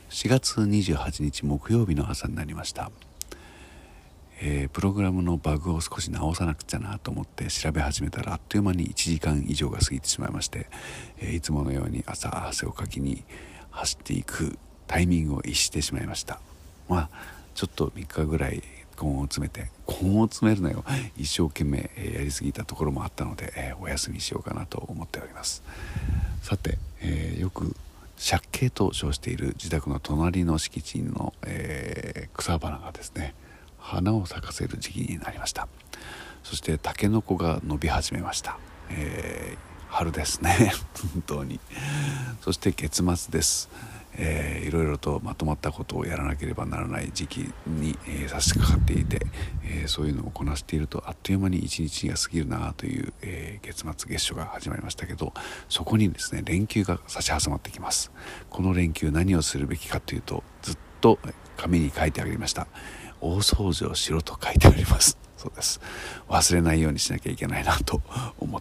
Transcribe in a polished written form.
4月28日木曜日の朝になりました。プログラムのバグを少し直さなくちゃなと思って調べ始めたら、あっという間に1時間以上が過ぎてしまいまして、いつものように朝汗をかきに走っていくタイミングを逸してしまいました。ちょっと3日ぐらい根を詰めるのよ、一生懸命やりすぎたところもあったので、お休みしようかなと思っております。さて、よく借景と称している自宅の隣の敷地の、草花がですね、花を咲かせる時期になりました。そしてタケノコが伸び始めました。春ですね本当に。そして月末です。いろいろとまとまったことをやらなければならない時期に、差し掛かっていて、そういうのをこなしているとあっという間に一日が過ぎるなという、月末月初が始まりましたけど、そこにですね連休が差し挟まってきます。この連休何をするべきかというと、ずっと紙に書いてありました。大掃除をしろと書いてあります。そうです。忘れないようにしなきゃいけないなと思